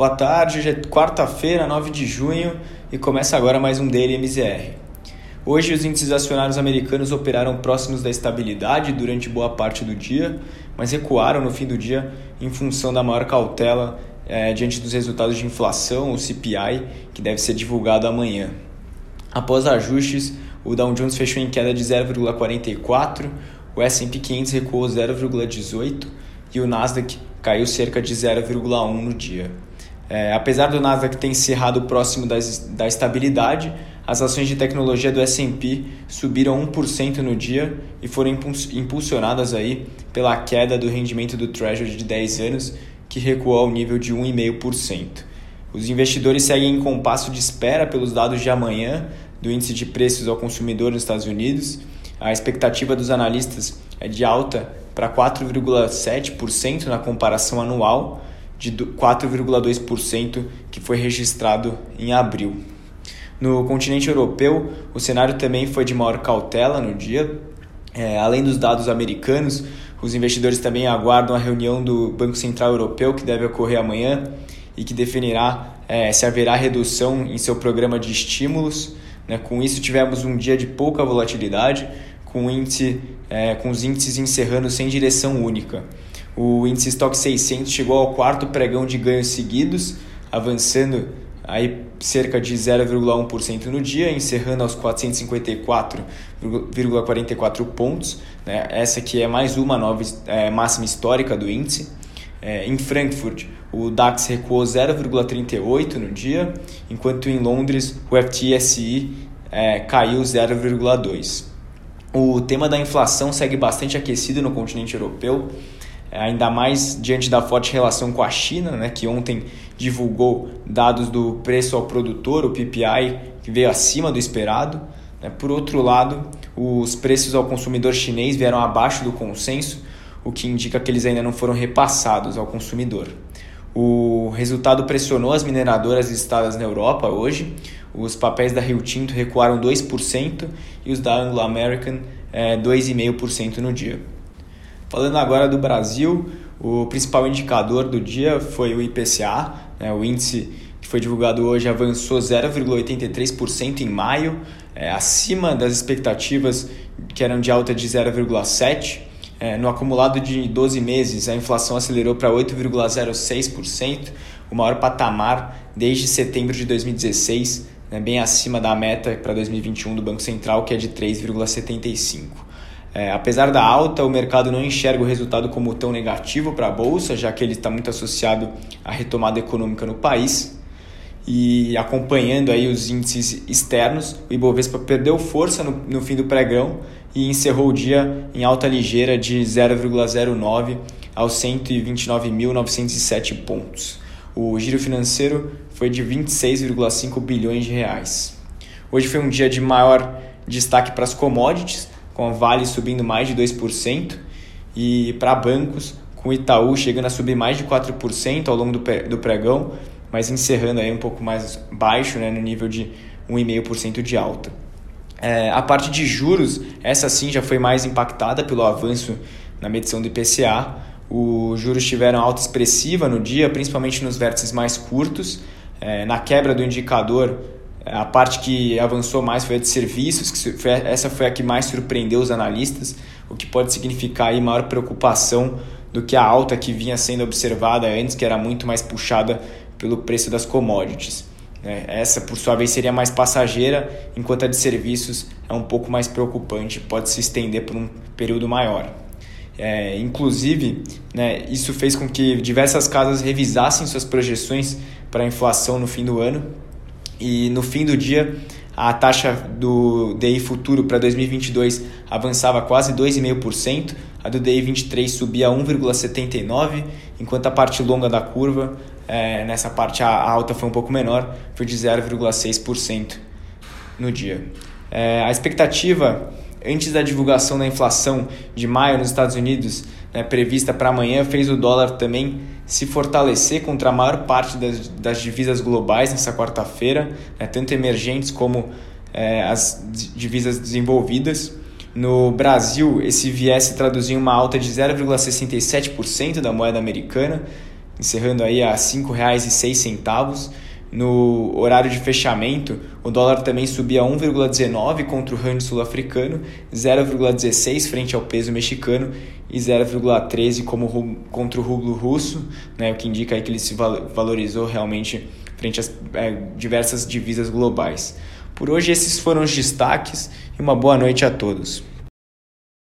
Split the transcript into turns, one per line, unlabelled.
Boa tarde, hoje é quarta-feira, 9 de junho e começa agora mais um Daily MZR. Hoje os índices acionários americanos operaram próximos da estabilidade durante boa parte do dia, mas recuaram no fim do dia em função da maior cautela diante dos resultados de inflação, o CPI, que deve ser divulgado amanhã. Após ajustes, o Dow Jones fechou em queda de 0,44%, o S&P 500 recuou 0,18% e o Nasdaq caiu cerca de 0,1% no dia. Apesar do Nasdaq ter encerrado próximo da estabilidade, as ações de tecnologia do S&P subiram 1% no dia e foram impulsionadas aí pela queda do rendimento do Treasury de 10 anos, que recuou ao nível de 1,5%. Os investidores seguem em compasso de espera pelos dados de amanhã do índice de preços ao consumidor nos Estados Unidos. A expectativa dos analistas é de alta para 4,7% na comparação anual, de 4,2% que foi registrado em abril. No continente europeu, o cenário também foi de maior cautela no dia. Além dos dados americanos, os investidores também aguardam a reunião do Banco Central Europeu, que deve ocorrer amanhã e que definirá se haverá redução em seu programa de estímulos. Com isso, tivemos um dia de pouca volatilidade, com os índices encerrando sem direção única. O índice Stock 600 chegou ao quarto pregão de ganhos seguidos, avançando aí cerca de 0,1% no dia, encerrando aos 454,44 pontos. Essa aqui é mais uma nova máxima histórica do índice. Em Frankfurt, o DAX recuou 0,38% no dia, enquanto em Londres o FTSE caiu 0,2%. O tema da inflação segue bastante aquecido no continente europeu, ainda mais diante da forte relação com a China, que ontem divulgou dados do preço ao produtor, o PPI, que veio acima do esperado. Por outro lado, os preços ao consumidor chinês vieram abaixo do consenso, o que indica que eles ainda não foram repassados ao consumidor. O resultado pressionou as mineradoras listadas na Europa hoje. Os papéis da Rio Tinto recuaram 2% e os da Anglo American 2,5% no dia. Falando agora do Brasil, o principal indicador do dia foi o IPCA, o índice que foi divulgado hoje avançou 0,83% em maio, acima das expectativas que eram de alta de 0,7%. No acumulado de 12 meses, a inflação acelerou para 8,06%, o maior patamar desde setembro de 2016, bem acima da meta para 2021 do Banco Central, que é de 3,75%. Apesar da alta, o mercado não enxerga o resultado como tão negativo para a Bolsa, já que ele está muito associado à retomada econômica no país. E acompanhando aí os índices externos, o Ibovespa perdeu força no fim do pregão e encerrou o dia em alta ligeira de 0,09 aos 129.907 pontos. O giro financeiro foi de 26,5 bilhões de reais. Hoje foi um dia de maior destaque para as commodities, com a Vale subindo mais de 2%, e para bancos, com o Itaú chegando a subir mais de 4% ao longo do pregão, mas encerrando aí um pouco mais baixo, no nível de 1,5% de alta. A parte de juros, essa sim já foi mais impactada pelo avanço na medição do IPCA. Os juros tiveram alta expressiva no dia, principalmente nos vértices mais curtos. Na quebra do indicador, a parte que avançou mais foi a de serviços, essa foi a que mais surpreendeu os analistas, o que pode significar aí maior preocupação do que a alta que vinha sendo observada antes, que era muito mais puxada pelo preço das commodities. Essa, por sua vez, seria mais passageira, enquanto a de serviços é um pouco mais preocupante, pode se estender por um período maior. Inclusive, isso fez com que diversas casas revisassem suas projeções para a inflação no fim do ano, e no fim do dia a taxa do DI futuro para 2022 avançava quase 2,5%, a do DI 23 subia 1,79%, enquanto a parte longa da curva, nessa parte a alta foi um pouco menor, foi de 0,6% no dia. A expectativa antes da divulgação da inflação de maio nos Estados Unidos, prevista para amanhã, fez o dólar também se fortalecer contra a maior parte das divisas globais nessa quarta-feira, tanto emergentes como as divisas desenvolvidas. No Brasil, esse viés se traduziu em uma alta de 0,67% da moeda americana, encerrando aí a R$ 5,06. No horário de fechamento, o dólar também subia 1,19 contra o rand sul-africano, 0,16 frente ao peso mexicano e 0,13 contra o rublo russo, né, o que indica aí que ele se valorizou realmente frente às diversas divisas globais. Por hoje esses foram os destaques e uma boa noite a todos.